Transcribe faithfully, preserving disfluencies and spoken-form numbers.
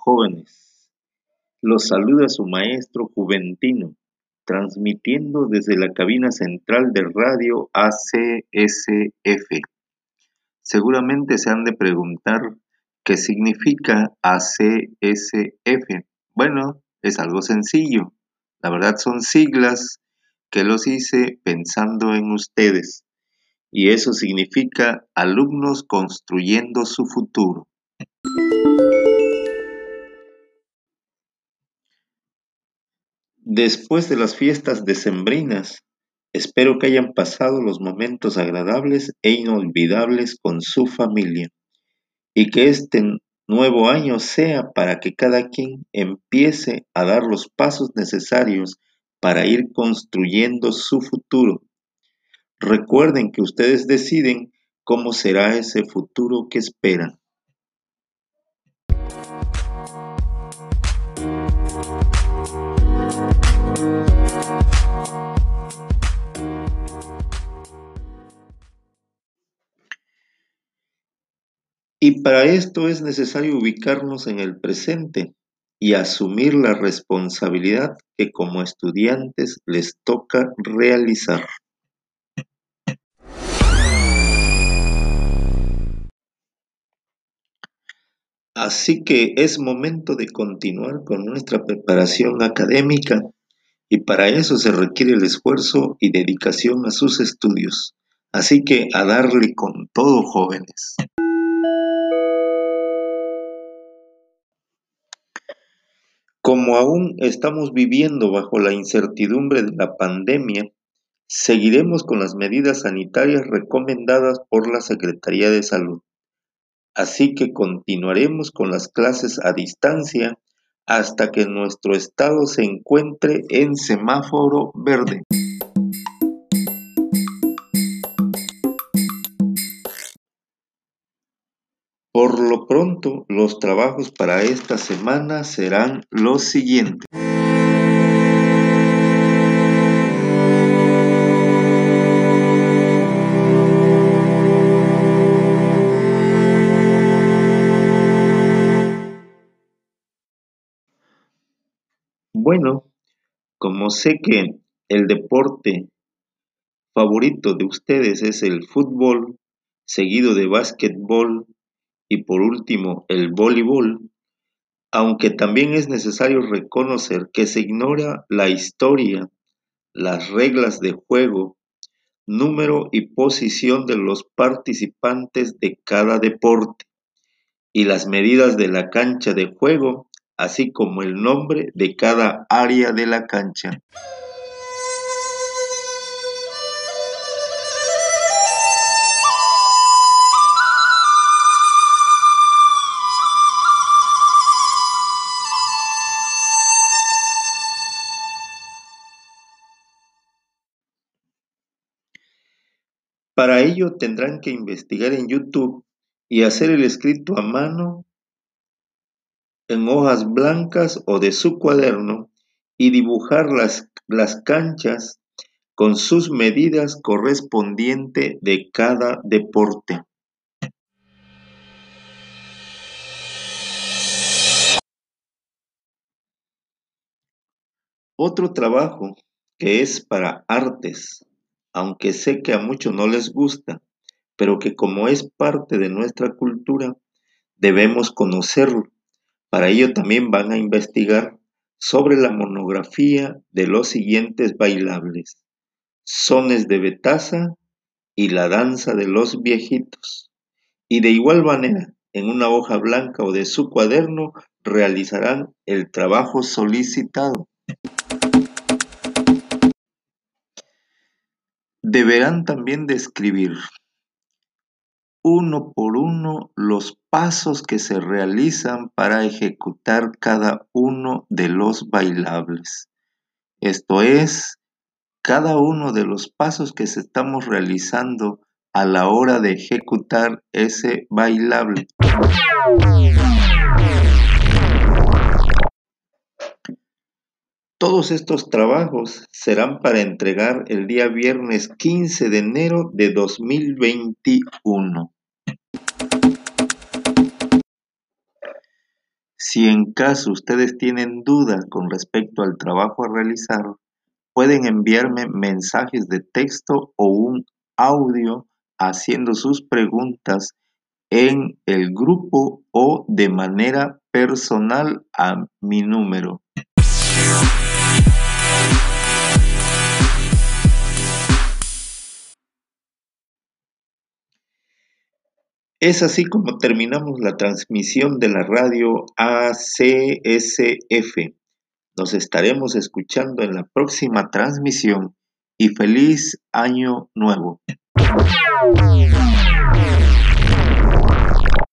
jóvenes. Los saluda su maestro Juventino, transmitiendo desde la cabina central de radio A C S F. Seguramente se han de preguntar qué significa A C S F. Bueno, es algo sencillo. La verdad son siglas que los hice pensando en ustedes. Y eso significa alumnos construyendo su futuro. Después de las fiestas decembrinas, espero que hayan pasado los momentos agradables e inolvidables con su familia y que este nuevo año sea para que cada quien empiece a dar los pasos necesarios para ir construyendo su futuro. Recuerden que ustedes deciden cómo será ese futuro que esperan. Y para esto es necesario ubicarnos en el presente y asumir la responsabilidad que como estudiantes les toca realizar. Así que es momento de continuar con nuestra preparación académica y para eso se requiere el esfuerzo y dedicación a sus estudios. Así que a darle con todo, jóvenes. Como aún estamos viviendo bajo la incertidumbre de la pandemia, seguiremos con las medidas sanitarias recomendadas por la Secretaría de Salud. Así que continuaremos con las clases a distancia hasta que nuestro estado se encuentre en semáforo verde. Por lo pronto, los trabajos para esta semana serán los siguientes. Bueno, como sé que el deporte favorito de ustedes es el fútbol, seguido de básquetbol y por último el voleibol, aunque también es necesario reconocer que se ignora la historia, las reglas de juego, número y posición de los participantes de cada deporte y las medidas de la cancha de juego, así como el nombre de cada área de la cancha. Para ello tendrán que investigar en YouTube y hacer el escrito a mano en hojas blancas o de su cuaderno y dibujar las, las canchas con sus medidas correspondientes de cada deporte. Otro trabajo que es para artes, aunque sé que a muchos no les gusta, pero que como es parte de nuestra cultura, debemos conocerlo. Para ello también van a investigar sobre la monografía de los siguientes bailables: sones de Betaza y la danza de los viejitos. Y de igual manera, en una hoja blanca o de su cuaderno, realizarán el trabajo solicitado. Deberán también describir uno por uno los pasos que se realizan para ejecutar cada uno de los bailables. Esto es, cada uno de los pasos que se estamos realizando a la hora de ejecutar ese bailable. Todos estos trabajos serán para entregar el día viernes quince de enero de dos mil veintiuno. Si en caso ustedes tienen dudas con respecto al trabajo a realizar, pueden enviarme mensajes de texto o un audio haciendo sus preguntas en el grupo o de manera personal a mi número. Es así como terminamos la transmisión de la radio A C S F. Nos estaremos escuchando en la próxima transmisión y feliz año nuevo.